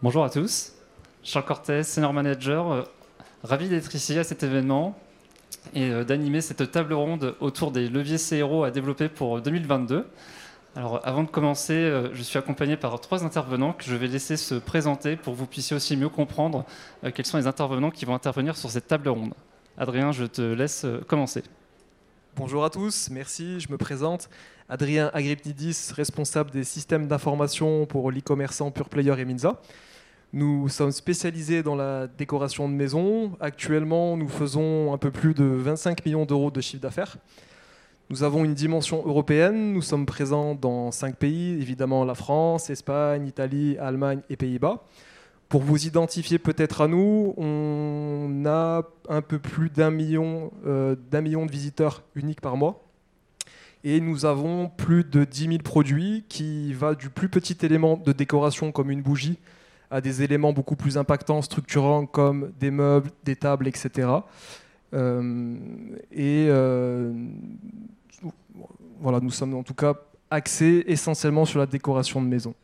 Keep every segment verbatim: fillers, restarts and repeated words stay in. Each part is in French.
Bonjour à tous, Charles Cortez, Senior Manager, euh, ravi d'être ici à cet événement et euh, d'animer cette table ronde autour des leviers C R O à développer pour deux mille vingt-deux. Alors avant de commencer, euh, je suis accompagné par trois intervenants que je vais laisser se présenter pour que vous puissiez aussi mieux comprendre euh, quels sont les intervenants qui vont intervenir sur cette table ronde. Adrien, je te laisse euh, commencer. Bonjour à tous, merci, je me présente. Adrien Agrippidis, responsable des systèmes d'information pour l'e-commerçant Pure Player et Minza. Nous sommes spécialisés dans la décoration de maisons. Actuellement, nous faisons un peu plus de vingt-cinq millions d'euros de chiffre d'affaires. Nous avons une dimension européenne. Nous sommes présents dans cinq pays, évidemment la France, Espagne, Italie, Allemagne et Pays-Bas. Pour vous identifier peut-être à nous, on a un peu plus d'un million, euh, d'un million de visiteurs uniques par mois. Et nous avons plus de dix mille produits qui va du plus petit élément de décoration comme une bougie à des éléments beaucoup plus impactants, structurants comme des meubles, des tables, et cetera. Euh, et euh, voilà, nous sommes en tout cas axés essentiellement sur la décoration de maison.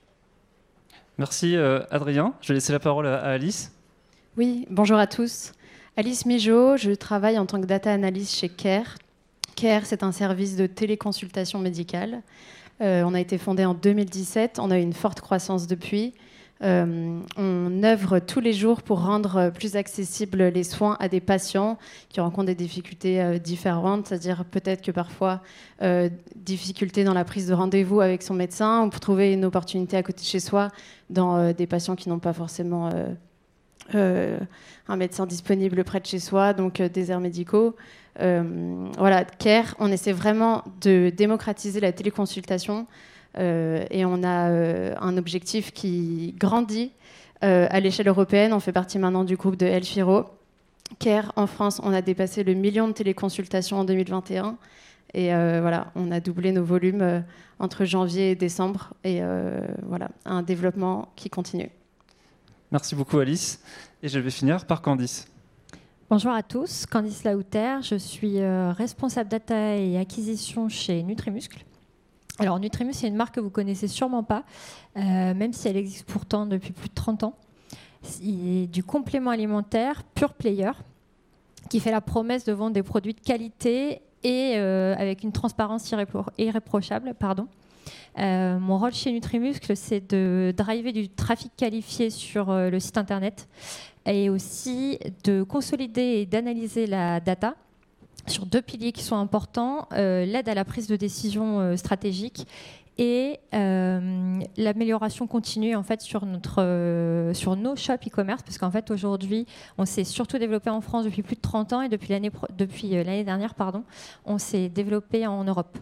Merci euh, Adrien, je vais laisser la parole à, à Alice. Oui, bonjour à tous. Alice Migeot, je travaille en tant que data analyst chez Care. Care, c'est un service de téléconsultation médicale. Euh, on a été fondé en deux mille dix-sept, on a eu une forte croissance depuis. Euh, on œuvre tous les jours pour rendre plus accessibles les soins à des patients qui rencontrent des difficultés euh, différentes, c'est-à-dire peut-être que parfois euh, difficultés dans la prise de rendez-vous avec son médecin ou pour trouver une opportunité à côté de chez soi dans euh, des patients qui n'ont pas forcément euh, euh, un médecin disponible près de chez soi, donc euh, déserts médicaux. Euh, voilà, Care, on essaie vraiment de démocratiser la téléconsultation. Euh, et on a euh, un objectif qui grandit euh, à l'échelle européenne. On fait partie maintenant du groupe de Health Hero. Care, en France, on a dépassé le million de téléconsultations en deux mille vingt et un. Et euh, voilà, on a doublé nos volumes euh, entre janvier et décembre. Et euh, voilà, un développement qui continue. Merci beaucoup Alice. Et je vais finir par Candice. Bonjour à tous, Candice Laouter. Je suis euh, responsable data et acquisition chez Nutrimuscle. Alors Nutrimus, c'est une marque que vous connaissez sûrement pas, euh, même si elle existe pourtant depuis plus de trente ans. C'est du complément alimentaire Pure Player, qui fait la promesse de vendre des produits de qualité et euh, avec une transparence irrépro- irréprochable. Pardon. Euh, mon rôle chez Nutrimuscle, c'est de driver du trafic qualifié sur euh, le site internet et aussi de consolider et d'analyser la data sur deux piliers qui sont importants, euh, l'aide à la prise de décision euh, stratégique et euh, l'amélioration continue en fait, sur, notre, euh, sur nos shops e-commerce, parce qu'en fait aujourd'hui, on s'est surtout développé en France depuis plus de trente ans et depuis l'année, depuis, euh, l'année dernière, pardon, on s'est développé en Europe.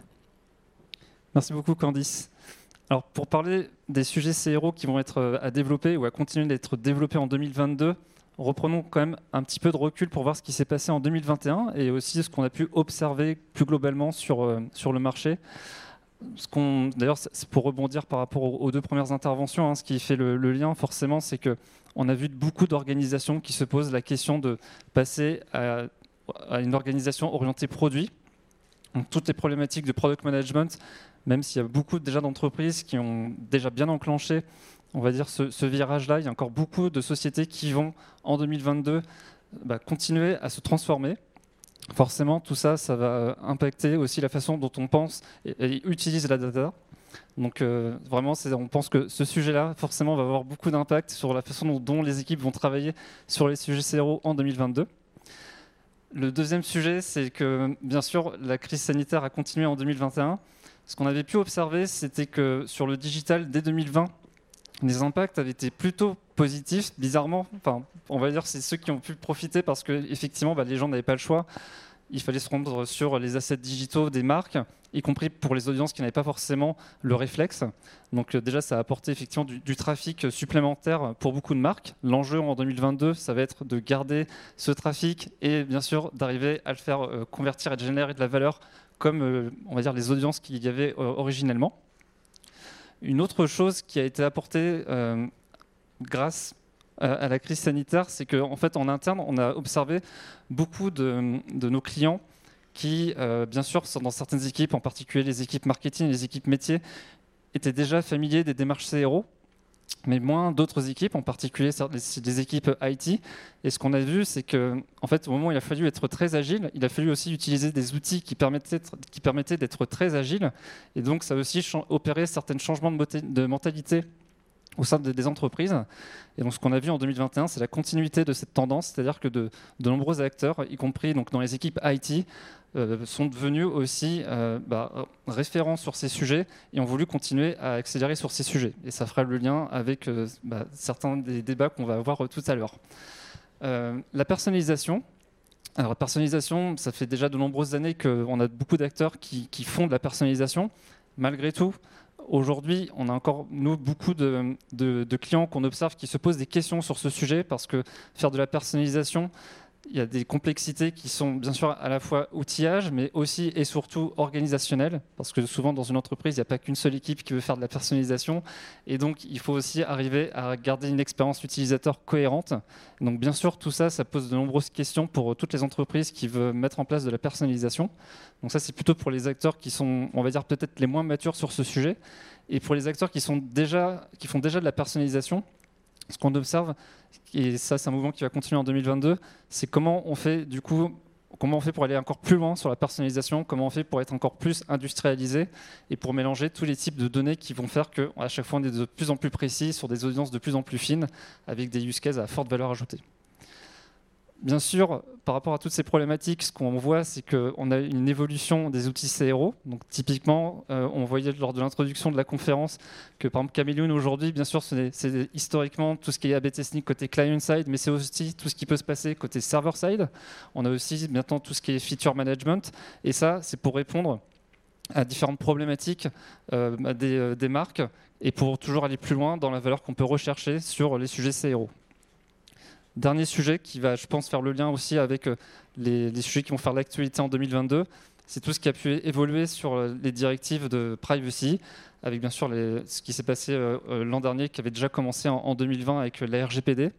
Merci beaucoup Candice. Alors pour parler des sujets C R O qui vont être à développer ou à continuer d'être développés en deux mille vingt-deux, reprenons quand même un petit peu de recul pour voir ce qui s'est passé en deux mille vingt et un et aussi ce qu'on a pu observer plus globalement sur, euh, sur le marché. Ce qu'on, d'ailleurs, c'est pour rebondir par rapport aux, aux deux premières interventions, hein, ce qui fait le, le lien forcément, c'est qu'on a vu beaucoup d'organisations qui se posent la question de passer à, à une organisation orientée produit. Donc, toutes les problématiques de product management, même s'il y a beaucoup déjà d'entreprises qui ont déjà bien enclenché on va dire ce, ce virage-là, il y a encore beaucoup de sociétés qui vont en deux mille vingt-deux bah, continuer à se transformer. Forcément, tout ça, ça va impacter aussi la façon dont on pense et, et utilise la data. Donc euh, vraiment, c'est, on pense que ce sujet-là, forcément, va avoir beaucoup d'impact sur la façon dont, dont les équipes vont travailler sur les sujets C R O en deux mille vingt-deux. Le deuxième sujet, c'est que, bien sûr, la crise sanitaire a continué en deux mille vingt et un. Ce qu'on avait pu observer, c'était que sur le digital, dès deux mille vingt, les impacts avaient été plutôt positifs, bizarrement. Enfin, on va dire que c'est ceux qui ont pu profiter parce que effectivement, bah, les gens n'avaient pas le choix. Il fallait se rendre sur les assets digitaux des marques, y compris pour les audiences qui n'avaient pas forcément le réflexe. Donc euh, déjà, ça a apporté effectivement du, du trafic supplémentaire pour beaucoup de marques. L'enjeu en deux mille vingt-deux, ça va être de garder ce trafic et bien sûr d'arriver à le faire euh, convertir et de générer de la valeur comme euh, on va dire les audiences qu'il y avait euh, originellement. Une autre chose qui a été apportée euh, grâce à, à la crise sanitaire, c'est qu'en fait, en interne, on a observé beaucoup de, de nos clients qui, euh, bien sûr, sont dans certaines équipes, en particulier les équipes marketing et les équipes métiers, étaient déjà familiers des démarches C R O mais moins d'autres équipes, en particulier des équipes I T. Et ce qu'on a vu, c'est qu'en en fait, au moment où il a fallu être très agile, il a fallu aussi utiliser des outils qui permettaient, qui permettaient d'être très agile. Et donc, ça a aussi opéré certains changements de mentalité au sein des entreprises. Et donc, ce qu'on a vu en deux mille vingt et un, c'est la continuité de cette tendance, c'est-à-dire que de, de nombreux acteurs, y compris donc, dans les équipes I T, euh, sont devenus aussi euh, bah, référents sur ces sujets et ont voulu continuer à accélérer sur ces sujets. Et ça fera le lien avec euh, bah, certains des débats qu'on va avoir euh, tout à l'heure. Euh, la personnalisation. Alors, la personnalisation, ça fait déjà de nombreuses années qu'on a beaucoup d'acteurs qui, qui font de la personnalisation. Malgré tout, aujourd'hui, on a encore, nous, beaucoup de, de, de clients qu'on observe qui se posent des questions sur ce sujet parce que faire de la personnalisation, il y a des complexités qui sont bien sûr à la fois outillage, mais aussi et surtout organisationnelles, parce que souvent dans une entreprise, il n'y a pas qu'une seule équipe qui veut faire de la personnalisation, et donc il faut aussi arriver à garder une expérience utilisateur cohérente. Donc bien sûr, tout ça, ça pose de nombreuses questions pour toutes les entreprises qui veulent mettre en place de la personnalisation. Donc ça, c'est plutôt pour les acteurs qui sont, on va dire, peut-être les moins matures sur ce sujet, et pour les acteurs qui, sont déjà, qui font déjà de la personnalisation, ce qu'on observe, et ça c'est un mouvement qui va continuer en deux mille vingt-deux, c'est comment on fait du coup, comment on fait pour aller encore plus loin sur la personnalisation, comment on fait pour être encore plus industrialisé et pour mélanger tous les types de données qui vont faire qu'à chaque fois on est de plus en plus précis sur des audiences de plus en plus fines avec des use cases à forte valeur ajoutée. Bien sûr, par rapport à toutes ces problématiques, ce qu'on voit, c'est qu'on a une évolution des outils C R O. Donc, typiquement, euh, on voyait lors de l'introduction de la conférence que, par exemple, Chameleon, aujourd'hui, bien sûr, c'est historiquement tout ce qui est A B testing côté client-side, mais c'est aussi tout ce qui peut se passer côté server-side. On a aussi maintenant tout ce qui est feature management. Et ça, c'est pour répondre à différentes problématiques euh, à des, euh, des marques et pour toujours aller plus loin dans la valeur qu'on peut rechercher sur les sujets C R O. Dernier sujet qui va, je pense, faire le lien aussi avec les, les sujets qui vont faire l'actualité en deux mille vingt-deux, c'est tout ce qui a pu évoluer sur les directives de privacy, avec bien sûr les, ce qui s'est passé euh, l'an dernier, qui avait déjà commencé en, en deux mille vingt avec la R G P D.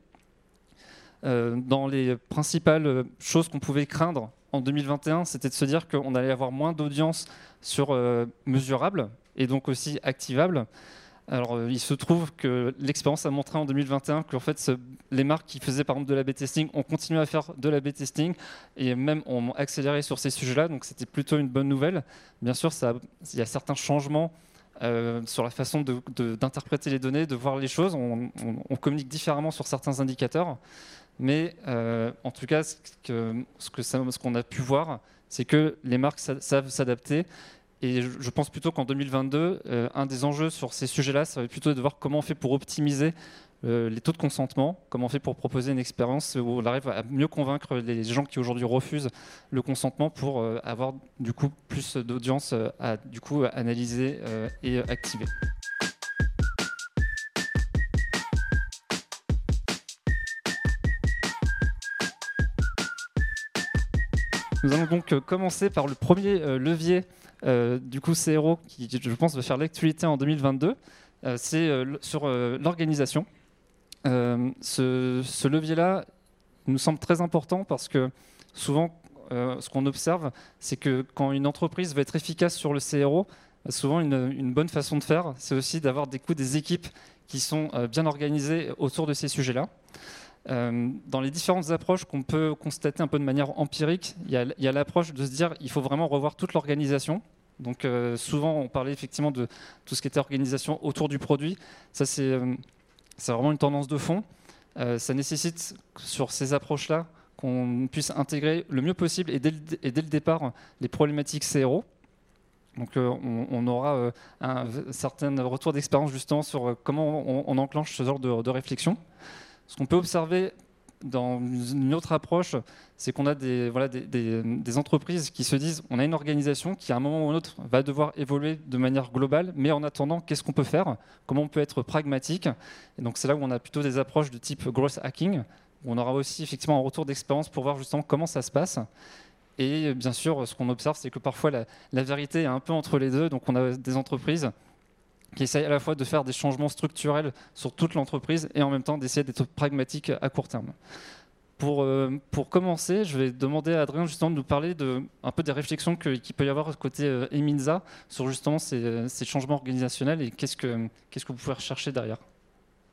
Euh, dans les principales choses qu'on pouvait craindre en deux mille vingt et un, c'était de se dire qu'on allait avoir moins d'audience sur euh, mesurables et donc aussi activables. Alors, euh, il se trouve que l'expérience a montré en deux mille vingt et un qu'en fait, ce, les marques qui faisaient par exemple de l'A B testing ont continué à faire de l'A B testing et même ont accéléré sur ces sujets-là. Donc, c'était plutôt une bonne nouvelle. Bien sûr, ça, il y a certains changements euh, sur la façon de, de, d'interpréter les données, de voir les choses. On, on, on communique différemment sur certains indicateurs. Mais euh, en tout cas, ce que, ce, que ça, ce qu'on a pu voir, c'est que les marques savent s'adapter. Et je pense plutôt qu'en deux mille vingt-deux, euh, un des enjeux sur ces sujets-là, ça va plutôt de voir comment on fait pour optimiser euh, les taux de consentement, comment on fait pour proposer une expérience où on arrive à mieux convaincre les gens qui aujourd'hui refusent le consentement pour euh, avoir du coup plus d'audience euh, à du coup analyser euh, et activer. Nous allons donc commencer par le premier euh, levier euh, du coup C R O qui, je pense, va faire l'actualité en deux mille vingt-deux. Euh, c'est euh, sur euh, l'organisation. Euh, ce, ce levier-là nous semble très important parce que souvent, euh, ce qu'on observe, c'est que quand une entreprise va être efficace sur le C R O, souvent une, une bonne façon de faire, c'est aussi d'avoir des, coups, des équipes qui sont euh, bien organisées autour de ces sujets-là. Euh, dans les différentes approches qu'on peut constater un peu de manière empirique, il y a, il y a l'approche de se dire qu'il faut vraiment revoir toute l'organisation. Donc euh, souvent on parlait effectivement de tout ce qui était organisation autour du produit. Ça c'est, euh, c'est vraiment une tendance de fond. Euh, ça nécessite sur ces approches-là qu'on puisse intégrer le mieux possible et dès le, et dès le départ les problématiques C R O. Donc euh, on, on aura euh, un certain retour d'expérience justement sur comment on, on enclenche ce genre de, de réflexion. Ce qu'on peut observer dans une autre approche, c'est qu'on a des, voilà, des, des, des entreprises qui se disent on a une organisation qui, à un moment ou un autre, va devoir évoluer de manière globale, mais en attendant, qu'est-ce qu'on peut faire? Comment on peut être pragmatique? Et donc c'est là où on a plutôt des approches de type growth hacking, où on aura aussi effectivement un retour d'expérience pour voir justement comment ça se passe. Et bien sûr, ce qu'on observe, c'est que parfois la, la vérité est un peu entre les deux. Donc on a des entreprises qui essayent à la fois de faire des changements structurels sur toute l'entreprise et en même temps d'essayer d'être pragmatique à court terme. Pour, euh, pour commencer, je vais demander à Adrien justement de nous parler de, un peu des réflexions que, qu'il peut y avoir côté euh, Eminza sur justement ces, ces changements organisationnels et qu'est-ce que, qu'est-ce que vous pouvez rechercher derrière.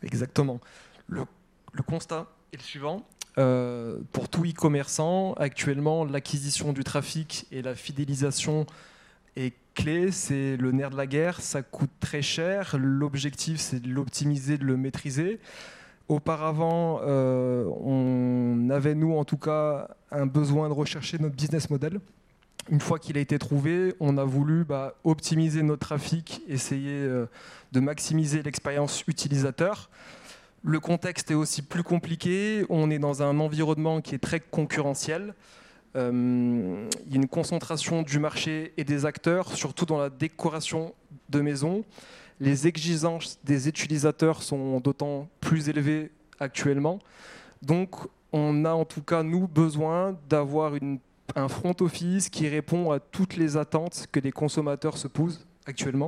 Exactement. Le, le constat est le suivant. Euh, pour tout e-commerçant, actuellement, l'acquisition du trafic et la fidélisation est clé. C'est le nerf de la guerre. Ça coûte très cher. L'objectif, c'est de l'optimiser, de le maîtriser. Auparavant, euh, on avait, nous, en tout cas, un besoin de rechercher notre business model. Une fois qu'il a été trouvé, on a voulu bah, optimiser notre trafic, essayer euh, de maximiser l'expérience utilisateur. Le contexte est aussi plus compliqué. On est dans un environnement qui est très concurrentiel. Euh, il y a une concentration du marché et des acteurs, surtout dans la décoration de maisons. Les exigences des utilisateurs sont d'autant plus élevées actuellement. Donc, on a en tout cas, nous, besoin d'avoir une un front office qui répond à toutes les attentes que les consommateurs se posent actuellement.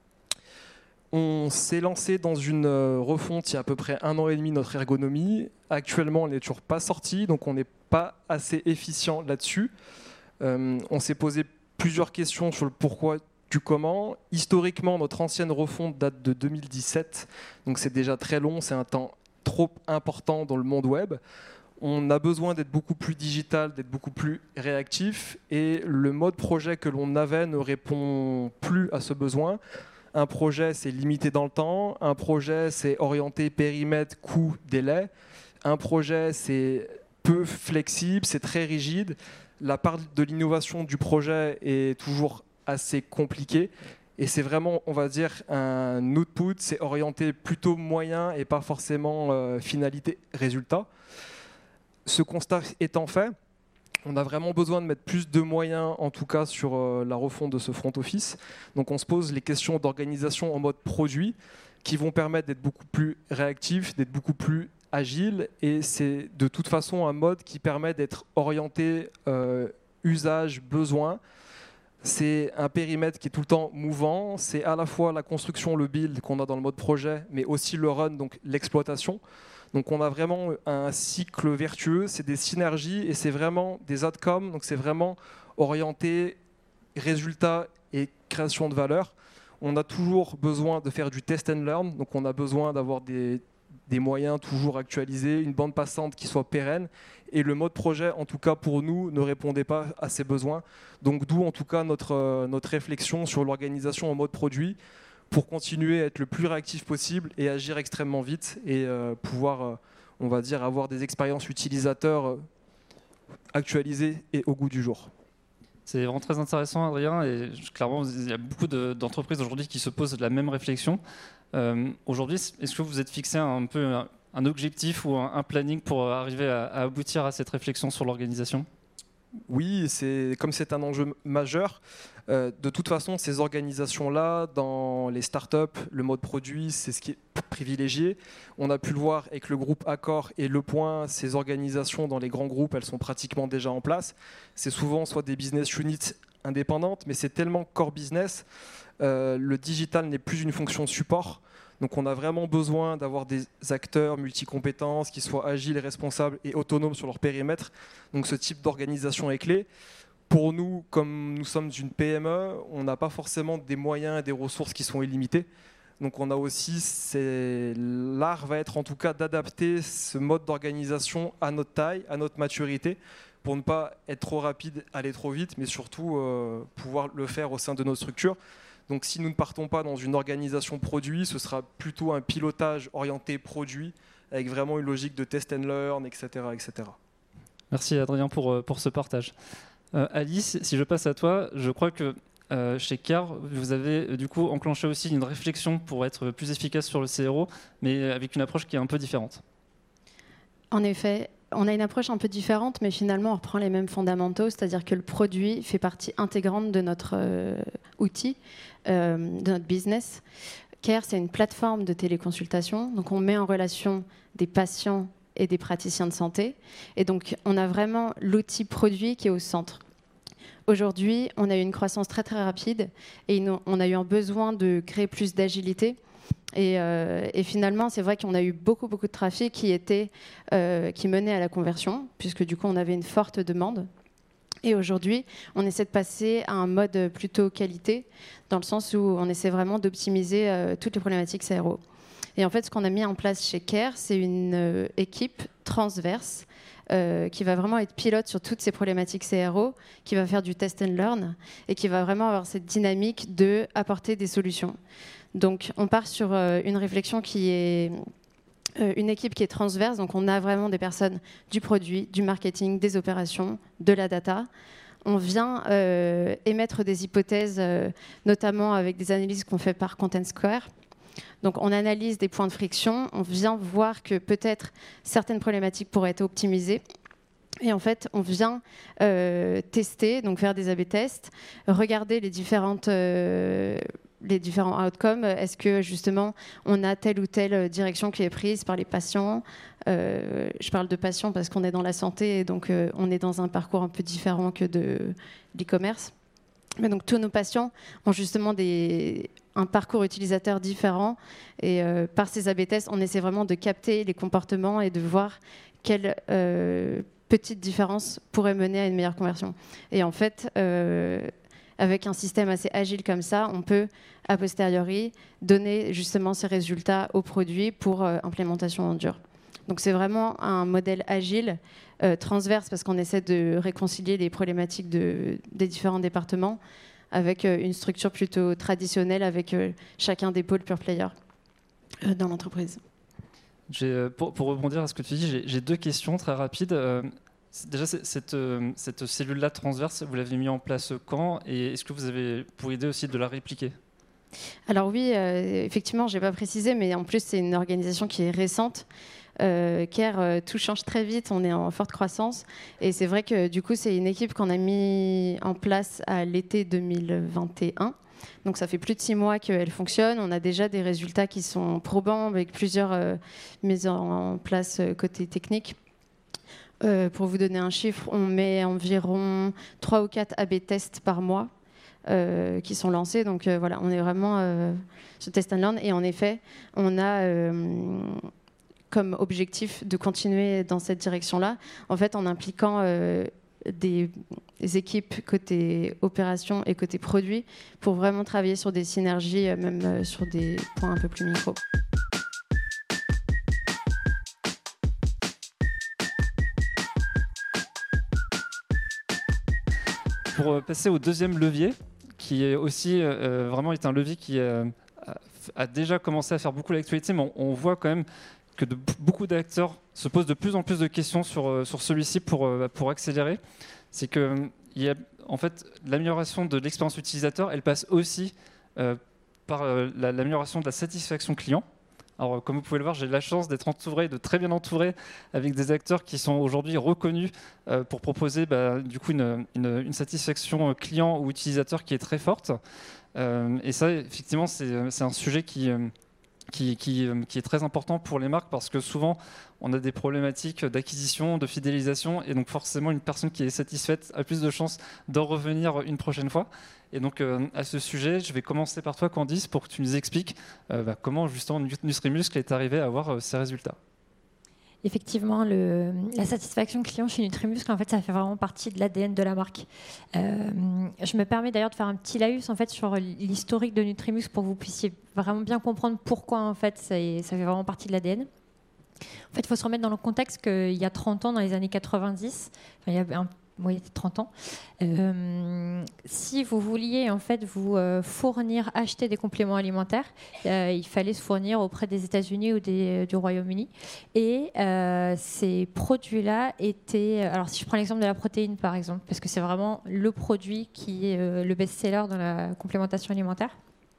On s'est lancé dans une refonte il y a à peu près un an et demi, notre ergonomie. Actuellement, on n'est toujours pas sorti, donc on n'est pas assez efficient là-dessus. Euh, on s'est posé plusieurs questions sur le pourquoi du comment. Historiquement, notre ancienne refonte date de deux mille dix-sept, donc c'est déjà très long, c'est un temps trop important dans le monde web. On a besoin d'être beaucoup plus digital, d'être beaucoup plus réactif, et le mode projet que l'on avait ne répond plus à ce besoin. Un projet, c'est limité dans le temps. Un projet, c'est orienté périmètre, coût, délai. Un projet, c'est peu flexible, c'est très rigide. La part de l'innovation du projet est toujours assez compliquée. Et c'est vraiment, on va dire, un output, c'est orienté plutôt moyen et pas forcément euh, finalité, résultat. Ce constat étant fait, on a vraiment besoin de mettre plus de moyens, en tout cas, sur euh, la refonte de ce front office. Donc on se pose les questions d'organisation en mode produit qui vont permettre d'être beaucoup plus réactif, d'être beaucoup plus agile. Et c'est de toute façon un mode qui permet d'être orienté euh, usage, besoin. C'est un périmètre qui est tout le temps mouvant. C'est à la fois la construction, le build qu'on a dans le mode projet, mais aussi le run, donc l'exploitation. Donc on a vraiment un cycle vertueux, c'est des synergies et c'est vraiment des outcomes, donc c'est vraiment orienté résultats et création de valeur. On a toujours besoin de faire du test and learn, donc on a besoin d'avoir des, des moyens toujours actualisés, une bande passante qui soit pérenne, et le mode projet, en tout cas pour nous, ne répondait pas à ces besoins. Donc d'où en tout cas notre, notre réflexion sur l'organisation en mode produit, pour continuer à être le plus réactif possible et agir extrêmement vite et euh, pouvoir, euh, on va dire, avoir des expériences utilisateurs euh, actualisées et au goût du jour. C'est vraiment très intéressant, Adrien, et clairement, il y a beaucoup de, d'entreprises aujourd'hui qui se posent la même réflexion. Euh, aujourd'hui, est-ce que vous êtes fixé un peu un, un objectif ou un, un planning pour arriver à, à aboutir à cette réflexion sur l'organisation ? Oui, c'est, comme c'est un enjeu majeur, euh, de toute façon, ces organisations-là, dans les startups, le mode produit, c'est ce qui est privilégié. On a pu le voir avec le groupe Accor et Le Point, ces organisations dans les grands groupes, elles sont pratiquement déjà en place. C'est souvent soit des business units indépendantes, mais c'est tellement core business. Euh, le digital n'est plus une fonction support. Donc on a vraiment besoin d'avoir des acteurs multicompétences qui soient agiles, responsables et autonomes sur leur périmètre. Donc ce type d'organisation est clé. Pour nous, comme nous sommes une P M E, on n'a pas forcément des moyens et des ressources qui sont illimités. Donc on a aussi, c'est, l'art va être en tout cas d'adapter ce mode d'organisation à notre taille, à notre maturité, pour ne pas être trop rapide, aller trop vite, mais surtout euh, pouvoir le faire au sein de nos structures. Donc si nous ne partons pas dans une organisation produit, ce sera plutôt un pilotage orienté produit, avec vraiment une logique de test and learn, et cetera et cetera. Merci Adrien pour, pour ce partage. Euh, Alice, si je passe à toi, je crois que euh, chez Care, vous avez euh, du coup enclenché aussi une réflexion pour être plus efficace sur le C R O, mais avec une approche qui est un peu différente. En effet, on a une approche un peu différente, mais finalement on reprend les mêmes fondamentaux, c'est-à-dire que le produit fait partie intégrante de notre euh, outil, euh, de notre business. Care, c'est une plateforme de téléconsultation, donc on met en relation des patients et des praticiens de santé, et donc on a vraiment l'outil produit qui est au centre. Aujourd'hui, on a eu une croissance très très rapide et on a eu un besoin de créer plus d'agilité. Et, euh, et finalement, c'est vrai qu'on a eu beaucoup, beaucoup de trafic qui, était, euh, qui menait à la conversion, puisque du coup, on avait une forte demande. Et aujourd'hui, on essaie de passer à un mode plutôt qualité, dans le sens où on essaie vraiment d'optimiser euh, toutes les problématiques C R O. Et en fait, ce qu'on a mis en place chez Care, c'est une euh, équipe transverse euh, qui va vraiment être pilote sur toutes ces problématiques C R O, qui va faire du test and learn et qui va vraiment avoir cette dynamique de apporter des solutions. Donc, on part sur euh, une réflexion qui est euh, une équipe qui est transverse. Donc, on a vraiment des personnes du produit, du marketing, des opérations, de la data. On vient euh, émettre des hypothèses, euh, notamment avec des analyses qu'on fait par Content Square. Donc, on analyse des points de friction, on vient voir que peut-être certaines problématiques pourraient être optimisées. Et en fait, on vient euh, tester, donc faire des A B tests, regarder les différentes... Euh, les différents outcomes. Est-ce que justement on a telle ou telle direction qui est prise par les patients? euh, Je parle de patients parce qu'on est dans la santé et donc euh, on est dans un parcours un peu différent que de l'e-commerce. Mais donc tous nos patients ont justement des, un parcours utilisateur différent et euh, par ces A B tests, on essaie vraiment de capter les comportements et de voir quelles euh, petites différences pourraient mener à une meilleure conversion. Et en fait, euh, avec un système assez agile comme ça, on peut, a posteriori, donner justement ces résultats aux produits pour euh, implémentation en dur. Donc c'est vraiment un modèle agile, euh, transverse, parce qu'on essaie de réconcilier les problématiques de, des différents départements avec euh, une structure plutôt traditionnelle, avec euh, chacun des pôles pure player euh, dans l'entreprise. J'ai, pour, pour rebondir à ce que tu dis, j'ai, j'ai deux questions très rapides. Euh, Déjà, cette, cette cellule-là transverse, vous l'avez mis en place quand? Et est-ce que vous avez pour idée aussi de la répliquer? Alors oui, euh, effectivement, je n'ai pas précisé, mais en plus, c'est une organisation qui est récente. Euh, Care, euh, tout change très vite, on est en forte croissance. Et c'est vrai que du coup, c'est une équipe qu'on a mis en place à l'été deux mille vingt et un. Donc ça fait plus de six mois qu'elle fonctionne. On a déjà des résultats qui sont probants avec plusieurs euh, mises en place euh, côté technique. Euh, pour vous donner un chiffre, on met environ trois ou quatre A B tests par mois euh, qui sont lancés. Donc euh, voilà, on est vraiment euh, sur test and learn. Et en effet, on a euh, comme objectif de continuer dans cette direction-là, en fait, en impliquant euh, des, des équipes côté opération et côté produit pour vraiment travailler sur des synergies, euh, même euh, sur des points un peu plus micro. Pour passer au deuxième levier, qui est aussi euh, vraiment est un levier qui euh, a déjà commencé à faire beaucoup l'actualité, mais on, on voit quand même que de, beaucoup d'acteurs se posent de plus en plus de questions sur, sur celui-ci pour, pour accélérer. C'est que il y a, en fait, l'amélioration de l'expérience utilisateur, elle passe aussi euh, par euh, la, l'amélioration de la satisfaction client. Alors, comme vous pouvez le voir, j'ai la chance d'être entouré, de très bien entouré, avec des acteurs qui sont aujourd'hui reconnus euh, pour proposer bah, du coup une, une, une satisfaction client ou utilisateur qui est très forte. Euh, et ça, effectivement, c'est, c'est un sujet qui, euh, qui, qui, euh, qui est très important pour les marques parce que souvent, on a des problématiques d'acquisition, de fidélisation, et donc forcément, une personne qui est satisfaite a plus de chances d'en revenir une prochaine fois. Et donc, euh, à ce sujet, je vais commencer par toi, Candice, pour que tu nous expliques euh, bah, comment, justement, Nutrimuscle est arrivé à avoir euh, ces résultats. Effectivement, le, la satisfaction client chez Nutrimuscle, en fait, ça fait vraiment partie de l'A D N de la marque. Euh, je me permets d'ailleurs de faire un petit laïus en fait, sur l'historique de Nutrimuscle pour que vous puissiez vraiment bien comprendre pourquoi en fait, ça, ça fait vraiment partie de l'A D N. En fait, il faut se remettre dans le contexte qu'il y a trente ans, dans les années quatre-vingt-dix, enfin, il y a un Oui, trente ans. Euh, si vous vouliez en fait vous euh, fournir, acheter des compléments alimentaires, euh, il fallait se fournir auprès des États-Unis ou des, du Royaume-Uni. Et euh, ces produits-là étaient. Alors, si je prends l'exemple de la protéine, par exemple, parce que c'est vraiment le produit qui est euh, le best-seller dans la complémentation alimentaire.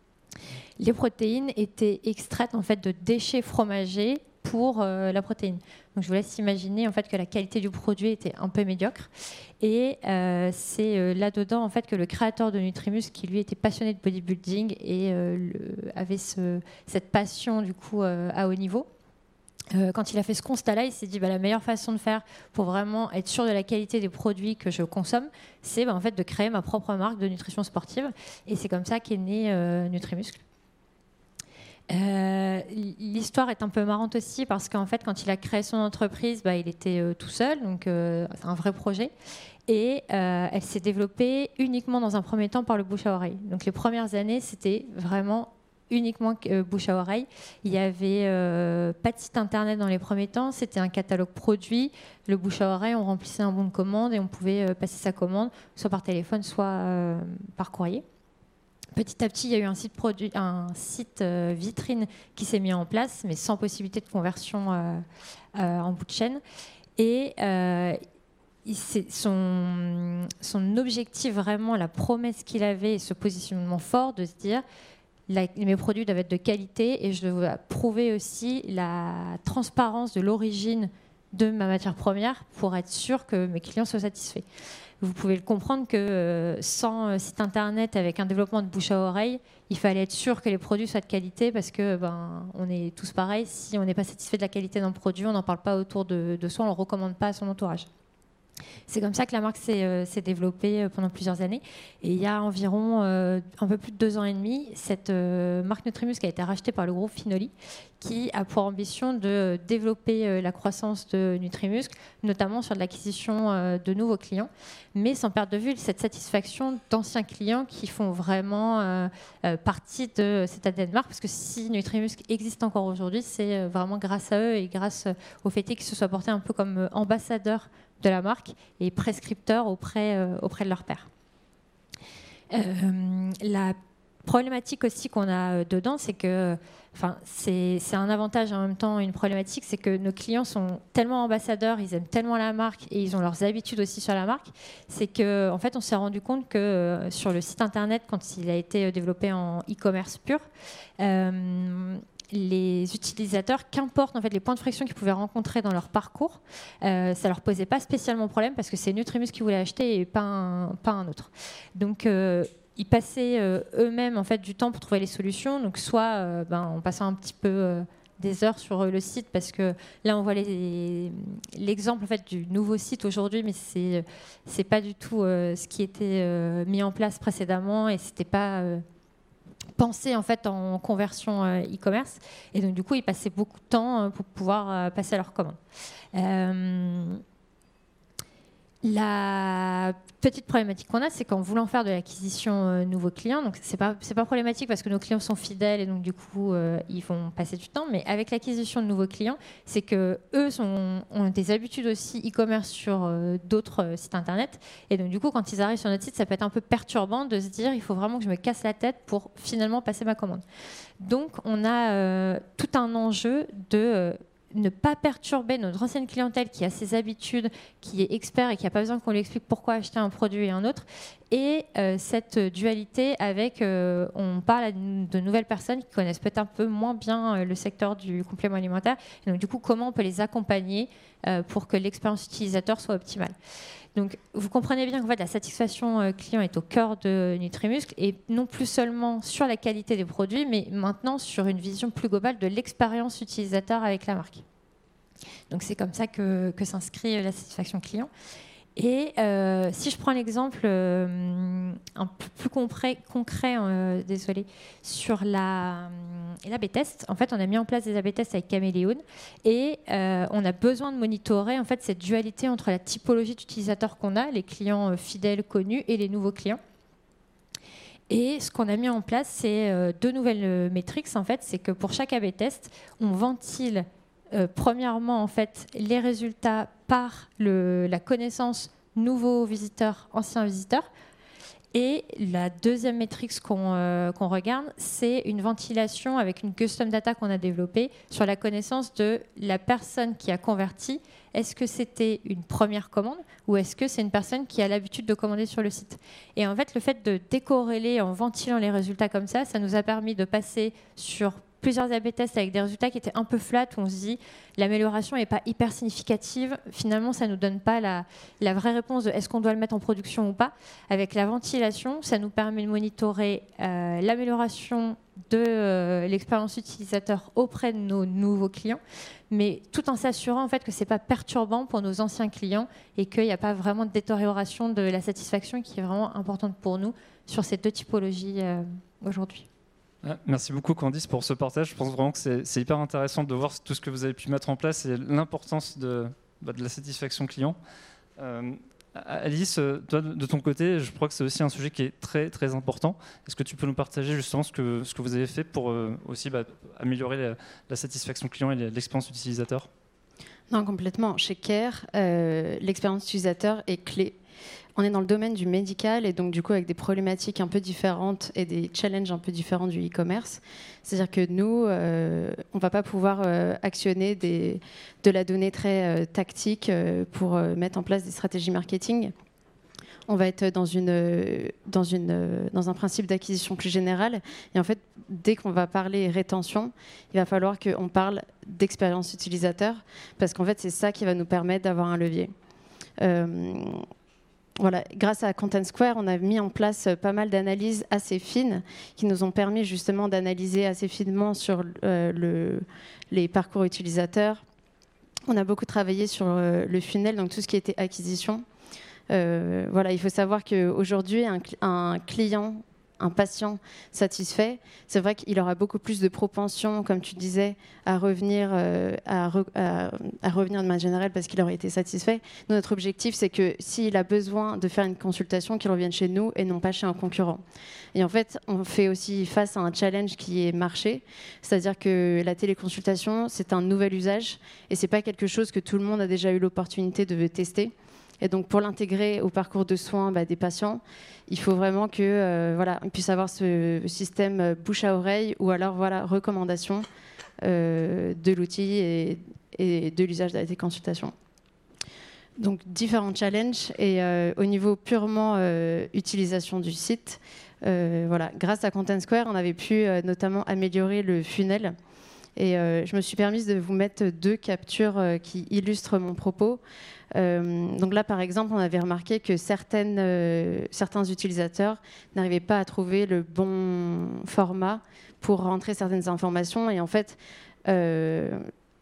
Les protéines étaient extraites en fait de déchets fromagers pour euh, la protéine. Donc je vous laisse imaginer en fait que la qualité du produit était un peu médiocre. Et euh, c'est euh, là-dedans en fait que le créateur de Nutrimuscle, qui lui était passionné de bodybuilding et euh, le, avait ce, cette passion du coup euh, à haut niveau. Euh, quand il a fait ce constat-là, il s'est dit bah, la meilleure façon de faire pour vraiment être sûr de la qualité des produits que je consomme, c'est bah, en fait de créer ma propre marque de nutrition sportive. Et c'est comme ça qu'est né euh, Nutrimuscle. Euh, l'histoire est un peu marrante aussi parce qu'en fait quand il a créé son entreprise bah, il était euh, tout seul, donc euh, c'est un vrai projet et euh, elle s'est développée uniquement dans un premier temps par le bouche à oreille. Donc les premières années c'était vraiment uniquement euh, bouche à oreille. Il n'y avait euh, pas de site internet dans les premiers temps, c'était un catalogue produit. Le bouche à oreille, on remplissait un bon de commande et on pouvait euh, passer sa commande, soit par téléphone, soit euh, par courrier. Petit à petit, il y a eu un site, produit, un site euh, vitrine qui s'est mis en place, mais sans possibilité de conversion euh, euh, en bout de chaîne. Et euh, son, son objectif, vraiment, la promesse qu'il avait, et ce positionnement fort de se dire la, mes produits doivent être de qualité et je dois prouver aussi la transparence de l'origine de ma matière première pour être sûr que mes clients soient satisfaits. Vous pouvez le comprendre que euh, sans euh, site internet, avec un développement de bouche à oreille, il fallait être sûr que les produits soient de qualité parce que ben, on est tous pareils. Si on n'est pas satisfait de la qualité d'un produit, on n'en parle pas autour de, de soi, on ne le recommande pas à son entourage. C'est comme ça que la marque s'est, euh, s'est développée euh, pendant plusieurs années. Et il y a environ euh, un peu plus de deux ans et demi, cette euh, marque Nutrimusc a été rachetée par le groupe Finoli, qui a pour ambition de développer euh, la croissance de Nutrimusc, notamment sur de l'acquisition euh, de nouveaux clients, mais sans perdre de vue cette satisfaction d'anciens clients qui font vraiment euh, euh, partie de cette A D N marque. Parce que si Nutrimusc existe encore aujourd'hui, c'est euh, vraiment grâce à eux et grâce au fait qu'ils se soient portés un peu comme euh, ambassadeurs de la marque et prescripteurs auprès, euh, auprès de leurs pairs. Euh, la problématique aussi qu'on a dedans, c'est que, enfin, c'est, c'est un avantage et en même temps une problématique, c'est que nos clients sont tellement ambassadeurs, ils aiment tellement la marque et ils ont leurs habitudes aussi sur la marque, c'est que, en fait, on s'est rendu compte que euh, sur le site internet, quand il a été développé en e-commerce pur, euh, les utilisateurs, qu'importe en fait les points de friction qu'ils pouvaient rencontrer dans leur parcours, euh, ça leur posait pas spécialement problème parce que c'est Nutrimusc qui voulait acheter et pas un, pas un autre. Donc euh, ils passaient euh, eux-mêmes en fait du temps pour trouver les solutions. Donc soit euh, ben, en passant un petit peu euh, des heures sur euh, le site parce que là on voit les, l'exemple en fait du nouveau site aujourd'hui, mais c'est c'est pas du tout euh, ce qui était euh, mis en place précédemment et c'était pas euh, pensé en fait en conversion euh, e-commerce et donc du coup ils passaient beaucoup de temps euh, pour pouvoir euh, passer à leur commande. Euh, la petite problématique qu'on a, c'est qu'en voulant faire de l'acquisition euh, nouveaux clients, donc c'est pas c'est pas problématique parce que nos clients sont fidèles et donc du coup euh, ils vont passer du temps, mais avec l'acquisition de nouveaux clients, c'est que eux sont, ont des habitudes aussi e-commerce sur euh, d'autres euh, sites internet et donc du coup quand ils arrivent sur notre site, ça peut être un peu perturbant de se dire il faut vraiment que je me casse la tête pour finalement passer ma commande. Donc on a euh, tout un enjeu de euh, ne pas perturber notre ancienne clientèle qui a ses habitudes, qui est expert et qui n'a pas besoin qu'on lui explique pourquoi acheter un produit et un autre. Et euh, cette dualité avec, euh, on parle de nouvelles personnes qui connaissent peut-être un peu moins bien euh, le secteur du complément alimentaire. Et donc du coup, comment on peut les accompagner euh, pour que l'expérience utilisateur soit optimale. Donc vous comprenez bien qu'en fait, la satisfaction euh, client est au cœur de Nutrimusc et non plus seulement sur la qualité des produits, mais maintenant sur une vision plus globale de l'expérience utilisateur avec la marque. Donc c'est comme ça que, que s'inscrit la satisfaction client. Et euh, si je prends l'exemple euh, un peu plus concret, concret euh, désolé, sur la, l'A B test, en fait, on a mis en place des A B tests avec Caméléon et euh, on a besoin de monitorer en fait cette dualité entre la typologie d'utilisateurs qu'on a, les clients fidèles connus et les nouveaux clients. Et ce qu'on a mis en place, c'est euh, deux nouvelles métriques. En fait, c'est que pour chaque A B test, on ventile Euh, premièrement, en fait, les résultats par le, la connaissance nouveaux visiteurs, anciens visiteurs. Et la deuxième métrique qu'on euh, qu'on regarde, c'est une ventilation avec une custom data qu'on a développée sur la connaissance de la personne qui a converti. Est-ce que c'était une première commande ou est-ce que c'est une personne qui a l'habitude de commander sur le site? Et en fait, le fait de décorréler en ventilant les résultats comme ça, ça nous a permis de passer sur plusieurs A B tests avec des résultats qui étaient un peu flats, où on se dit l'amélioration n'est pas hyper significative. Finalement, ça ne nous donne pas la, la vraie réponse de est-ce qu'on doit le mettre en production ou pas. Avec la ventilation, ça nous permet de monitorer euh, l'amélioration de euh, l'expérience utilisateur auprès de nos nouveaux clients, mais tout en s'assurant en fait, que ce n'est pas perturbant pour nos anciens clients et qu'il n'y a pas vraiment de détérioration de la satisfaction qui est vraiment importante pour nous sur ces deux typologies euh, aujourd'hui. Merci beaucoup Candice pour ce partage. Je pense vraiment que c'est, c'est hyper intéressant de voir tout ce que vous avez pu mettre en place et l'importance de, bah, de la satisfaction client. Euh, Alice, toi, de ton côté, je crois que c'est aussi un sujet qui est très très important. Est-ce que tu peux nous partager justement ce que, ce que vous avez fait pour euh, aussi bah, améliorer la, la satisfaction client et l'expérience utilisateur? Non, complètement. Chez Care, euh, l'expérience utilisateur est clé. On est dans le domaine du médical et donc du coup avec des problématiques un peu différentes et des challenges un peu différents du e-commerce. C'est-à-dire que nous, euh, on ne va pas pouvoir euh, actionner des, de la donnée très euh, tactique euh, pour euh, mettre en place des stratégies marketing. On va être dans, une, dans, une, dans un principe d'acquisition plus général. Et en fait, dès qu'on va parler rétention, il va falloir qu'on parle d'expérience utilisateur parce qu'en fait, c'est ça qui va nous permettre d'avoir un levier. Euh, Voilà, grâce à Content Square, on a mis en place pas mal d'analyses assez fines qui nous ont permis justement d'analyser assez finement sur euh, le, les parcours utilisateurs. On a beaucoup travaillé sur euh, le funnel, donc tout ce qui était acquisition. Euh, voilà, il faut savoir qu'aujourd'hui, un, un client, un patient satisfait, c'est vrai qu'il aura beaucoup plus de propension, comme tu disais, à revenir, euh, à, re, à, à revenir de manière générale parce qu'il aurait été satisfait. Nous, notre objectif, c'est que s'il a besoin de faire une consultation, qu'il revienne chez nous et non pas chez un concurrent. Et en fait, on fait aussi face à un challenge qui est marché, c'est-à-dire que la téléconsultation, c'est un nouvel usage et c'est pas quelque chose que tout le monde a déjà eu l'opportunité de tester. Et donc, pour l'intégrer au parcours de soins bah, des patients, il faut vraiment que euh, voilà, on puisse avoir ce système bouche à oreille ou alors voilà, recommandation euh, de l'outil et, et de l'usage de la téléconsultation. Donc, différents challenges. Et euh, au niveau purement euh, utilisation du site, euh, voilà, grâce à Content Square, on avait pu euh, notamment améliorer le funnel. Et euh, je me suis permise de vous mettre deux captures euh, qui illustrent mon propos. Euh, donc là, par exemple, on avait remarqué que certaines, euh, certains utilisateurs n'arrivaient pas à trouver le bon format pour rentrer certaines informations. Et en fait, euh,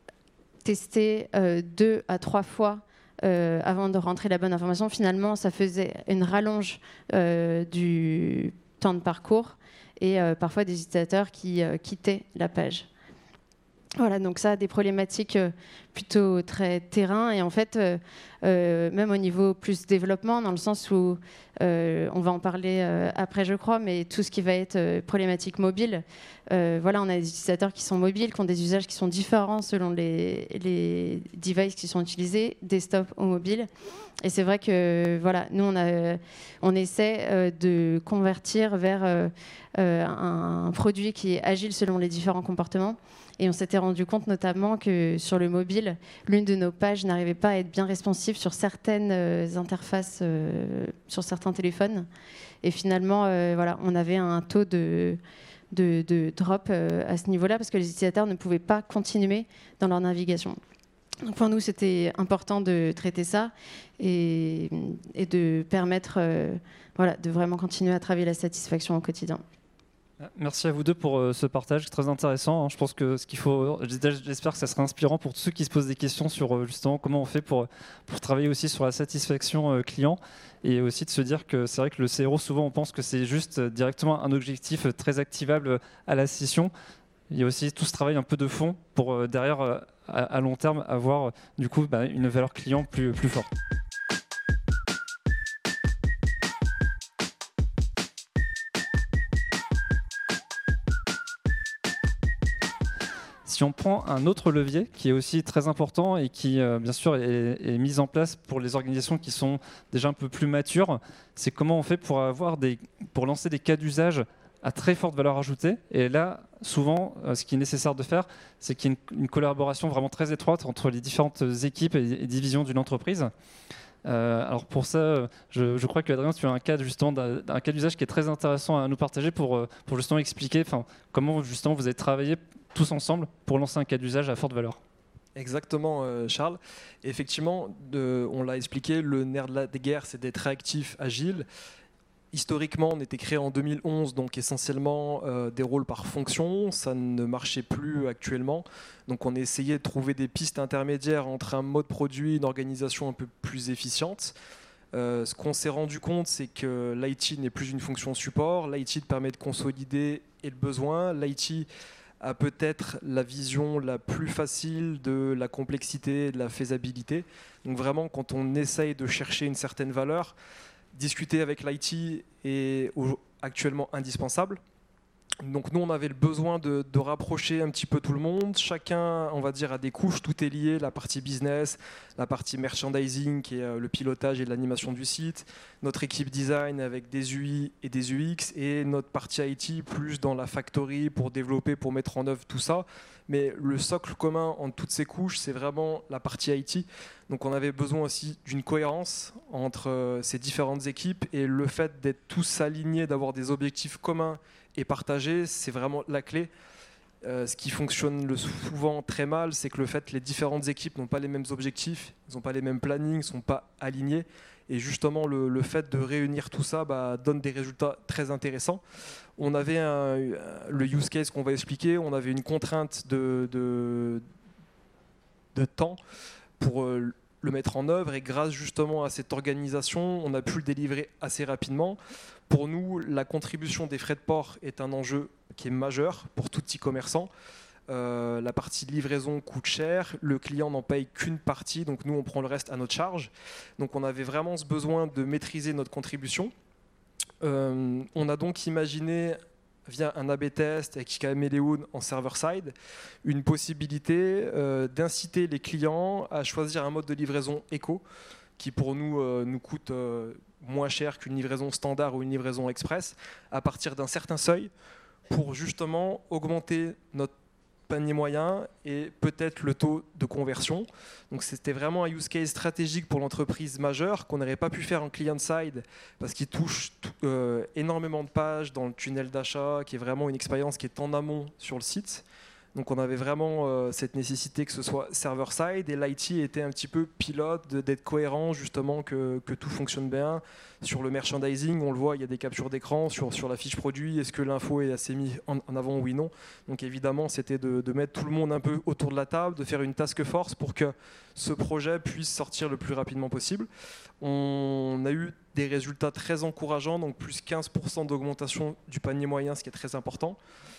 tester euh, deux à trois fois euh, avant de rentrer la bonne information, finalement, ça faisait une rallonge euh, du temps de parcours et euh, parfois des utilisateurs qui euh, quittaient la page. Voilà, donc ça a des problématiques euh, plutôt très terrain et en fait, euh, euh, même au niveau plus développement, dans le sens où, euh, on va en parler euh, après je crois, mais tout ce qui va être euh, problématique mobile, euh, voilà, on a des utilisateurs qui sont mobiles, qui ont des usages qui sont différents selon les, les devices qui sont utilisés, desktop ou mobile. Et c'est vrai que voilà, nous on, a, on essaie euh, de convertir vers euh, euh, un produit qui est agile selon les différents comportements. Et on s'était rendu compte notamment que sur le mobile, l'une de nos pages n'arrivait pas à être bien responsive sur certaines euh, interfaces, euh, sur certains téléphones. Et finalement, euh, voilà, on avait un taux de, de, de drop euh, à ce niveau-là parce que les utilisateurs ne pouvaient pas continuer dans leur navigation. Donc pour nous, c'était important de traiter ça et, et de permettre euh, voilà, de vraiment continuer à travailler la satisfaction au quotidien. Merci à vous deux pour euh, ce partage très intéressant. Je pense que ce qu'il faut, j'espère que ça sera inspirant pour tous ceux qui se posent des questions sur euh, justement comment on fait pour, pour travailler aussi sur la satisfaction euh, client et aussi de se dire que c'est vrai que le C R O, souvent on pense que c'est juste euh, directement un objectif euh, très activable à la session. Il y a aussi tout ce travail un peu de fond pour euh, derrière euh, à, à long terme avoir euh, du coup bah, une valeur client plus, plus forte. Si on prend un autre levier qui est aussi très important et qui, euh, bien sûr, est, est mis en place pour les organisations qui sont déjà un peu plus matures, c'est comment on fait pour, avoir des, pour lancer des cas d'usage à très forte valeur ajoutée. Et là, souvent, euh, ce qui est nécessaire de faire, c'est qu'il y ait une, une collaboration vraiment très étroite entre les différentes équipes et, et divisions d'une entreprise. Euh, alors pour ça, je, je crois qu'Adrien, tu as un cas justement d'un, d'un cas d'usage qui est très intéressant à nous partager pour, pour justement expliquer comment justement vous avez travaillé tous ensemble pour lancer un cas d'usage à forte valeur. Exactement, euh, Charles. Effectivement, de, on l'a expliqué, le nerf de la guerre, c'est d'être réactif, agile. Historiquement, on était créé en deux mille onze, donc essentiellement euh, des rôles par fonction. Ça ne marchait plus actuellement. Donc on a essayé de trouver des pistes intermédiaires entre un mode produit et une organisation un peu plus efficiente. Euh, ce qu'on s'est rendu compte, c'est que l'I T n'est plus une fonction support. L'I T permet de consolider et le besoin. L'I T a peut-être la vision la plus facile de la complexité, de la faisabilité. Donc vraiment, quand on essaye de chercher une certaine valeur, discuter avec l'I T est actuellement indispensable. Donc nous, on avait le besoin de, de rapprocher un petit peu tout le monde. Chacun, on va dire, a des couches, tout est lié, la partie business, la partie merchandising, qui est le pilotage et l'animation du site, notre équipe design avec des U I et des U X, et notre partie I T plus dans la factory pour développer, pour mettre en œuvre tout ça. Mais le socle commun entre toutes ces couches, c'est vraiment la partie I T. Donc on avait besoin aussi d'une cohérence entre ces différentes équipes, et le fait d'être tous alignés, d'avoir des objectifs communs et partagé, c'est vraiment la clé. Euh, ce qui fonctionne le souvent très mal, c'est que le fait que les différentes équipes n'ont pas les mêmes objectifs, ils n'ont pas les mêmes plannings, ne sont pas alignés. Et justement, le, le fait de réunir tout ça bah, donne des résultats très intéressants. On avait un, le use case qu'on va expliquer, on avait une contrainte de, de, de temps pour euh, le mettre en œuvre, et grâce justement à cette organisation, on a pu le délivrer assez rapidement. Pour nous, la contribution des frais de port est un enjeu qui est majeur pour tout e-commerçant. Euh, la partie livraison coûte cher, le client n'en paye qu'une partie, donc nous on prend le reste à notre charge. Donc on avait vraiment ce besoin de maîtriser notre contribution. Euh, on a donc imaginé, via un A B test avec Chameleon en server-side, une possibilité euh, d'inciter les clients à choisir un mode de livraison éco, qui pour nous euh, nous coûte euh, moins cher qu'une livraison standard ou une livraison express, à partir d'un certain seuil, pour justement augmenter notre panier moyen et peut-être le taux de conversion. Donc c'était vraiment un use case stratégique pour l'entreprise majeure qu'on n'aurait pas pu faire en client-side, parce qu'il touche euh, énormément de pages dans le tunnel d'achat, qui est vraiment une expérience qui est en amont sur le site. Donc on avait vraiment euh, cette nécessité que ce soit server-side, et l'I T était un petit peu pilote, d'être cohérent, justement, que, que tout fonctionne bien. Sur le merchandising, on le voit, il y a des captures d'écran sur, sur la fiche produit. Est-ce que l'info est assez mise en, en avant, oui, non? Donc évidemment, c'était de, de mettre tout le monde un peu autour de la table, de faire une task force pour que ce projet puisse sortir le plus rapidement possible. On a eu des résultats très encourageants, donc plus quinze pour cent d'augmentation du panier moyen, ce qui est très important.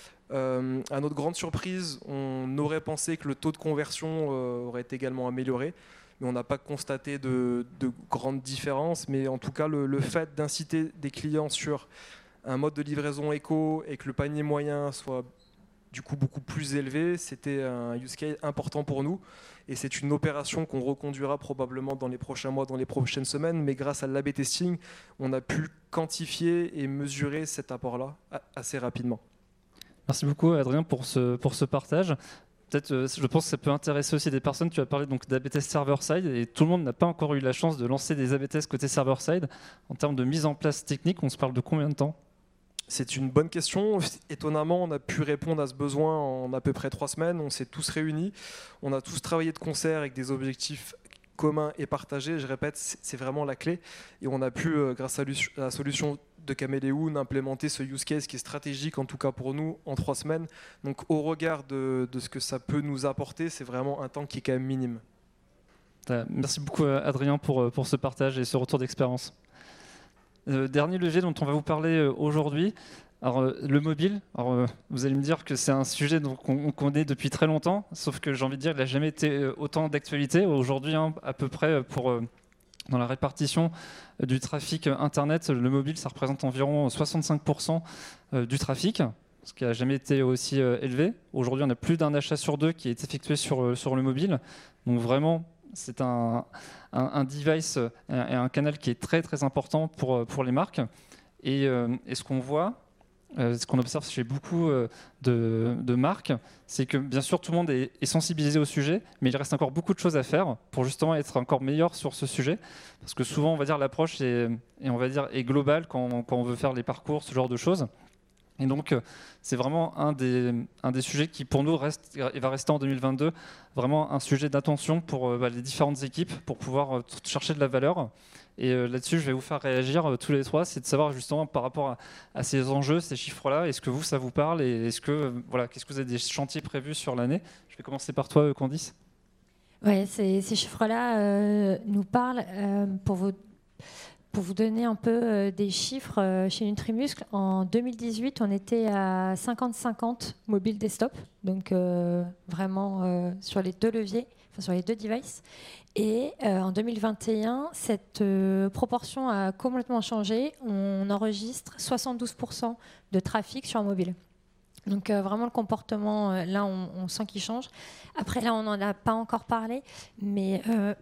Euh, à notre grande surprise, on aurait pensé que le taux de conversion euh, aurait été également amélioré, mais on n'a pas constaté de, de grandes différences. Mais en tout cas, le, le fait d'inciter des clients sur un mode de livraison éco et que le panier moyen soit du coup beaucoup plus élevé, c'était un use case important pour nous. Et c'est une opération qu'on reconduira probablement dans les prochains mois, dans les prochaines semaines. Mais grâce à l'A B testing, on a pu quantifier et mesurer cet apport-là assez rapidement. Merci beaucoup Adrien pour ce, pour ce partage. Peut-être, euh, je pense que ça peut intéresser aussi des personnes. Tu as parlé donc d'A B test server-side, et tout le monde n'a pas encore eu la chance de lancer des A B tests côté server-side. En termes de mise en place technique, on se parle de combien de temps? C'est une bonne question. Étonnamment, on a pu répondre à ce besoin en à peu près trois semaines. On s'est tous réunis. On a tous travaillé de concert avec des objectifs communs et partagés. Je répète, c'est vraiment la clé. Et on a pu, grâce à la solution de Chameleon, implémenter ce use case qui est stratégique, en tout cas pour nous, en trois semaines. Donc au regard de, de ce que ça peut nous apporter, c'est vraiment un temps qui est quand même minime. Merci beaucoup Adrien pour, pour ce partage et ce retour d'expérience. Euh, dernier levier dont on va vous parler aujourd'hui, alors, euh, le mobile. Alors, euh, vous allez me dire que c'est un sujet qu'on connaît depuis très longtemps, sauf que j'ai envie de dire qu'il n'a jamais été autant d'actualité. Aujourd'hui, hein, à peu près, pour, euh, dans la répartition du trafic Internet, le mobile, ça représente environ soixante-cinq pour cent du trafic, ce qui n'a jamais été aussi euh, élevé. Aujourd'hui, on a plus d'un achat sur deux qui est effectué sur, sur le mobile. Donc vraiment, c'est un, un, un device et un canal qui est très très important pour, pour les marques. Et, euh, et ce qu'on voit, euh, ce qu'on observe chez beaucoup euh, de, de marques, c'est que bien sûr tout le monde est, est sensibilisé au sujet, mais il reste encore beaucoup de choses à faire pour justement être encore meilleur sur ce sujet. Parce que souvent, on va dire l'approche est, et on va dire, est globale quand, quand on veut faire les parcours, ce genre de choses. Et donc, c'est vraiment un des, un des sujets qui, pour nous, reste et va rester en deux mille vingt-deux vraiment un sujet d'attention pour bah, les différentes équipes pour pouvoir euh, chercher de la valeur. Et euh, là-dessus, je vais vous faire réagir euh, tous les trois. C'est de savoir justement par rapport à, à ces enjeux, ces chiffres-là, est-ce que vous, ça vous parle et est-ce que, euh, voilà, qu'est-ce que vous avez des chantiers prévus sur l'année? Je vais commencer par toi, euh, Candice. Oui, ces, ces chiffres-là euh, nous parlent. Euh, pour vous pour vous donner un peu euh, des chiffres, euh, chez Nutrimuscle, en deux mille dix-huit, on était à cinquante cinquante mobile desktop, donc euh, vraiment euh, sur les deux leviers, enfin sur les deux devices. Et euh, en deux mille vingt et un, cette euh, proportion a complètement changé. On enregistre soixante-douze pour cent de trafic sur mobile. Donc euh, vraiment le comportement, euh, là on, on sent qu'il change. Après là on n'en a pas encore parlé, mais, euh,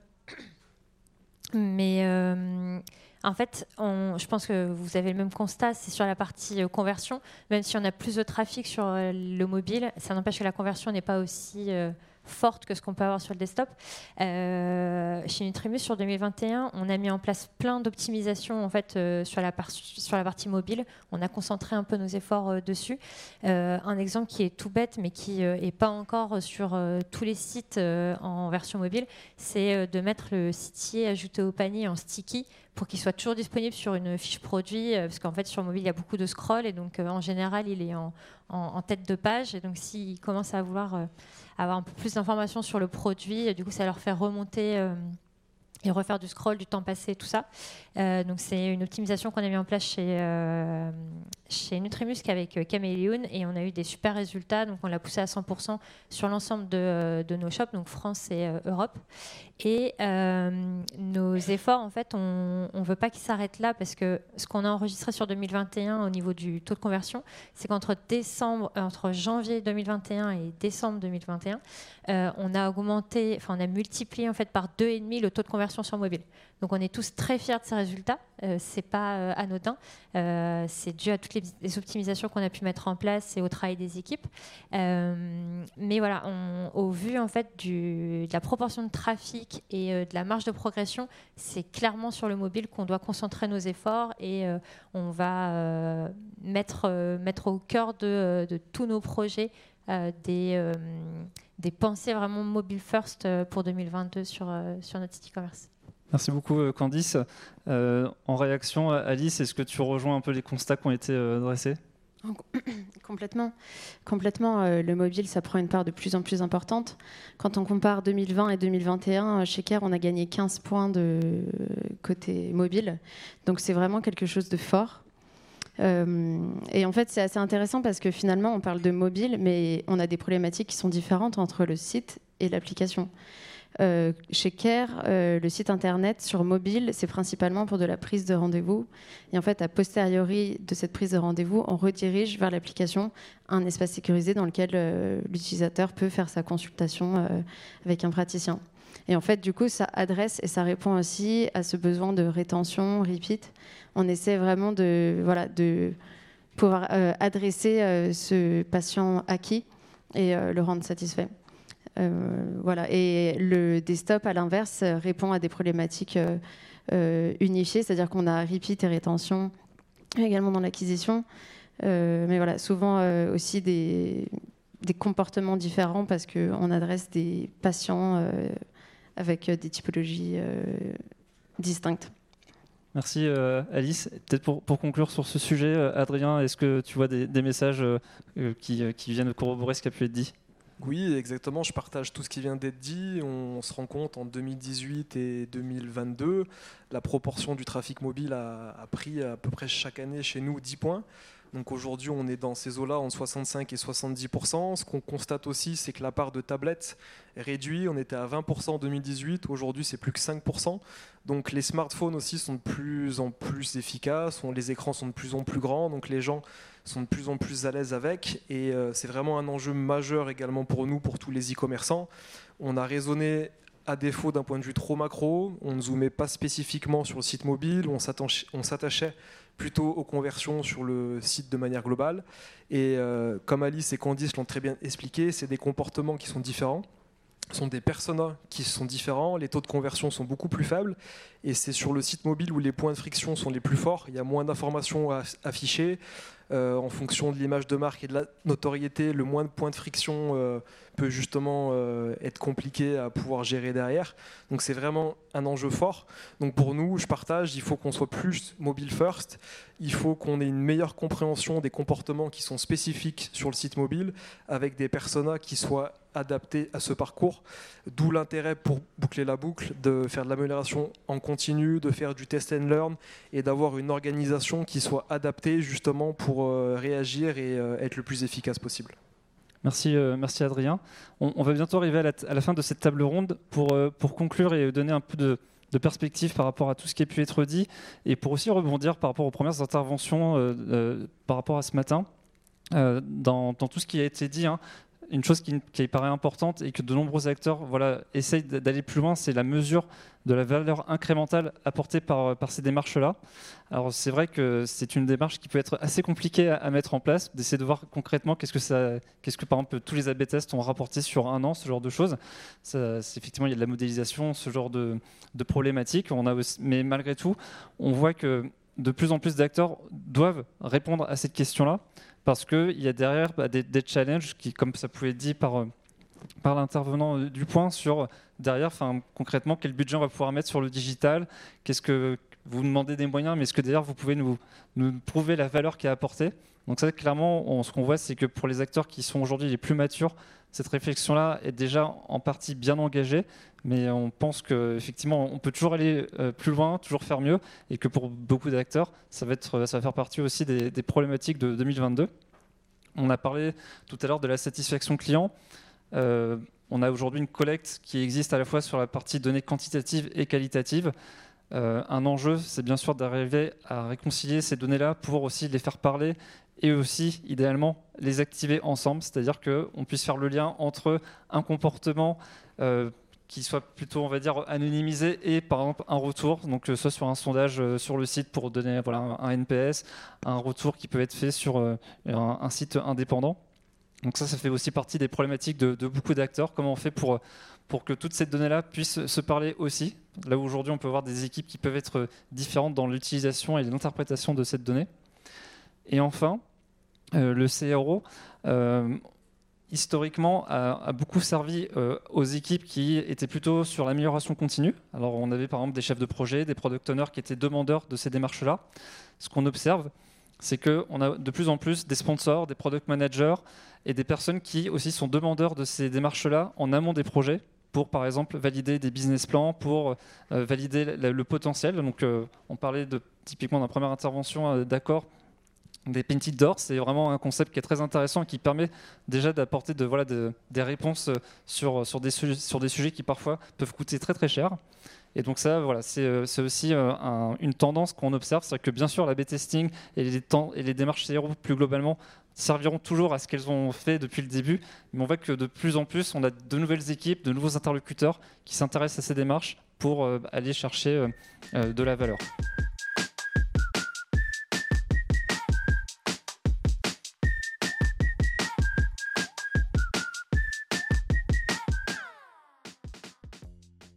mais euh, en fait on, je pense que vous avez le même constat, c'est sur la partie euh, conversion. Même si on a plus de trafic sur euh, le mobile, ça n'empêche que la conversion n'est pas aussi euh, forte que ce qu'on peut avoir sur le desktop. Euh, chez Nutrimus, sur deux mille vingt et un, on a mis en place plein d'optimisations en fait, euh, sur, la par- sur la partie mobile. On a concentré un peu nos efforts euh, dessus. Euh, un exemple qui est tout bête, mais qui n'est euh, pas encore sur euh, tous les sites euh, en version mobile, c'est euh, de mettre le sitier ajouté au panier en sticky pour qu'il soit toujours disponible sur une fiche produit, euh, parce qu'en fait sur mobile il y a beaucoup de scroll et donc euh, en général il est en, en, en tête de page, et donc s'ils commencent à vouloir euh, avoir un peu plus d'informations sur le produit, et du coup ça leur fait remonter euh, et refaire du scroll, du temps passé, tout ça. Euh, donc c'est une optimisation qu'on a mis en place chez, euh, chez Nutrimuscle avec euh, Caméléon, et on a eu des super résultats. Donc on l'a poussé à cent pour cent sur l'ensemble de, euh, de nos shops, donc France et euh, Europe. Et euh, nos efforts, en fait, on ne veut pas qu'ils s'arrêtent là, parce que ce qu'on a enregistré sur deux mille vingt et un au niveau du taux de conversion, c'est qu'entre décembre, euh, entre janvier deux mille vingt et un et décembre deux mille vingt et un, euh, on a augmenté, enfin on a multiplié en fait par deux et demi le taux de conversion sur mobile. Donc on est tous très fiers de ces résultats. Euh, c'est pas euh, anodin. Euh, c'est dû à toutes les, les optimisations qu'on a pu mettre en place et au travail des équipes. Euh, mais voilà, on, au vu en fait du, de la proportion de trafic et euh, de la marge de progression, c'est clairement sur le mobile qu'on doit concentrer nos efforts, et euh, on va euh, mettre, euh, mettre au cœur de, de tous nos projets euh, des, euh, des pensées vraiment mobile first euh, pour deux mille vingt-deux sur, euh, sur notre site e-commerce. Merci beaucoup Candice. Euh, en réaction, Alice, est-ce que tu rejoins un peu les constats qui ont été euh, dressés ? Complètement. Complètement. Euh, le mobile, ça prend une part de plus en plus importante. Quand on compare deux mille vingt et deux mille vingt et un, chez Care, on a gagné quinze points de côté mobile. Donc c'est vraiment quelque chose de fort. Euh, et en fait, c'est assez intéressant parce que finalement, on parle de mobile, mais on a des problématiques qui sont différentes entre le site et l'application. Euh, chez Care, euh, le site internet sur mobile, c'est principalement pour de la prise de rendez-vous. Et en fait, a posteriori de cette prise de rendez-vous, on redirige vers l'application un espace sécurisé dans lequel euh, l'utilisateur peut faire sa consultation euh, avec un praticien. Et en fait, du coup, ça adresse et ça répond aussi à ce besoin de rétention, repeat. On essaie vraiment de, voilà, de pouvoir euh, adresser euh, ce patient acquis et euh, le rendre satisfait. Euh, voilà. Et le desktop, à l'inverse, répond à des problématiques euh, euh, unifiées, c'est-à-dire qu'on a repeat et rétention également dans l'acquisition, euh, mais voilà, souvent euh, aussi des, des comportements différents parce qu'on adresse des patients euh, avec des typologies euh, distinctes. Merci euh, Alice. Peut-être pour, pour conclure sur ce sujet, euh, Adrien, est-ce que tu vois des, des messages euh, qui, qui viennent corroborer ce qui a pu être dit ? Oui, exactement. Je partage tout ce qui vient d'être dit. On se rend compte en deux mille dix-huit et deux mille vingt-deux, la proportion du trafic mobile a, a pris à peu près chaque année chez nous dix points. Donc aujourd'hui, on est dans ces eaux-là entre soixante-cinq et soixante-dix pour cent. Ce qu'on constate aussi, c'est que la part de tablettes est réduite. On était à vingt pour cent en deux mille dix-huit. Aujourd'hui, c'est plus que cinq pour cent. Donc les smartphones aussi sont de plus en plus efficaces. Les écrans sont de plus en plus grands. Donc les gens sont de plus en plus à l'aise avec. Et euh, c'est vraiment un enjeu majeur également pour nous, pour tous les e-commerçants. On a raisonné à défaut d'un point de vue trop macro. On ne zoomait pas spécifiquement sur le site mobile. On s'attachait plutôt aux conversions sur le site de manière globale. Et euh, comme Alice et Candice l'ont très bien expliqué, c'est des comportements qui sont différents. Ce sont des personas qui sont différents, les taux de conversion sont beaucoup plus faibles, et c'est sur le site mobile où les points de friction sont les plus forts. Il y a moins d'informations à afficher, Euh, en fonction de l'image de marque et de la notoriété, le moins de points de friction euh, peut justement euh, être compliqué à pouvoir gérer derrière. Donc c'est vraiment un enjeu fort. Donc pour nous, je partage, il faut qu'on soit plus mobile first, il faut qu'on ait une meilleure compréhension des comportements qui sont spécifiques sur le site mobile, avec des personas qui soient adaptés à ce parcours, d'où l'intérêt pour boucler la boucle, de faire de l'amélioration en continu, de faire du test and learn et d'avoir une organisation qui soit adaptée justement pour euh, réagir et euh, être le plus efficace possible. Merci, euh, merci Adrien. On, on va bientôt arriver à la, à la fin de cette table ronde pour, euh, pour conclure et donner un peu de, de perspective par rapport à tout ce qui a pu être dit et pour aussi rebondir par rapport aux premières interventions euh, euh, par rapport à ce matin. Euh, dans, dans tout ce qui a été dit, hein, une chose qui, qui paraît importante et que de nombreux acteurs voilà, essayent d'aller plus loin, c'est la mesure de la valeur incrémentale apportée par, par ces démarches-là. Alors c'est vrai que c'est une démarche qui peut être assez compliquée à, à mettre en place, d'essayer de voir concrètement qu'est-ce que, ça, qu'est-ce que par exemple tous les A B tests ont rapporté sur un an, ce genre de choses. Ça, effectivement, il y a de la modélisation, ce genre de, de problématiques. On a aussi, mais malgré tout, on voit que de plus en plus d'acteurs doivent répondre à cette question-là, parce qu'il y a derrière bah, des, des challenges qui, comme ça pouvait être dit par, par l'intervenant du point, sur derrière, concrètement, quel budget on va pouvoir mettre sur le digital, qu'est-ce que vous demandez des moyens, mais est-ce que derrière vous pouvez nous, nous prouver la valeur qui est apportée. Donc ça, clairement, on, ce qu'on voit, c'est que pour les acteurs qui sont aujourd'hui les plus matures, cette réflexion-là est déjà en partie bien engagée, mais on pense qu'effectivement, on peut toujours aller plus loin, toujours faire mieux, et que pour beaucoup d'acteurs, ça va être, ça va faire partie aussi des, des problématiques de deux mille vingt-deux. On a parlé tout à l'heure de la satisfaction client. Euh, on a aujourd'hui une collecte qui existe à la fois sur la partie données quantitatives et qualitatives. Euh, un enjeu, c'est bien sûr d'arriver à réconcilier ces données-là pour aussi les faire parler et aussi, idéalement, les activer ensemble, c'est-à-dire qu'on puisse faire le lien entre un comportement euh, qui soit plutôt, on va dire, anonymisé et, par exemple, un retour, donc soit sur un sondage euh, sur le site pour donner voilà, un, un N P S, un retour qui peut être fait sur euh, un, un site indépendant. Donc ça, ça fait aussi partie des problématiques de, de beaucoup d'acteurs. Comment on fait pour, pour que toutes ces données-là puissent se parler aussi? Là où aujourd'hui, on peut avoir des équipes qui peuvent être différentes dans l'utilisation et l'interprétation de cette donnée. Et enfin, euh, le C R O, euh, historiquement, a, a beaucoup servi euh, aux équipes qui étaient plutôt sur l'amélioration continue. Alors, on avait par exemple des chefs de projet, des product owners qui étaient demandeurs de ces démarches-là. Ce qu'on observe, c'est qu'on a de plus en plus des sponsors, des product managers et des personnes qui aussi sont demandeurs de ces démarches-là en amont des projets pour, par exemple, valider des business plans, pour euh, valider le, le potentiel. Donc, euh, on parlait de, typiquement dans la première intervention euh, d'accord des painted doors. C'est vraiment un concept qui est très intéressant et qui permet déjà d'apporter de, voilà, de, des réponses sur, sur, des sujets, sur des sujets qui parfois peuvent coûter très très cher. Et donc ça, voilà, c'est aussi euh, un, une tendance qu'on observe, c'est que bien sûr l'A B testing et les, temps, et les démarches C R O plus globalement serviront toujours à ce qu'elles ont fait depuis le début, mais on voit que de plus en plus, on a de nouvelles équipes, de nouveaux interlocuteurs qui s'intéressent à ces démarches pour euh, aller chercher euh, euh, de la valeur.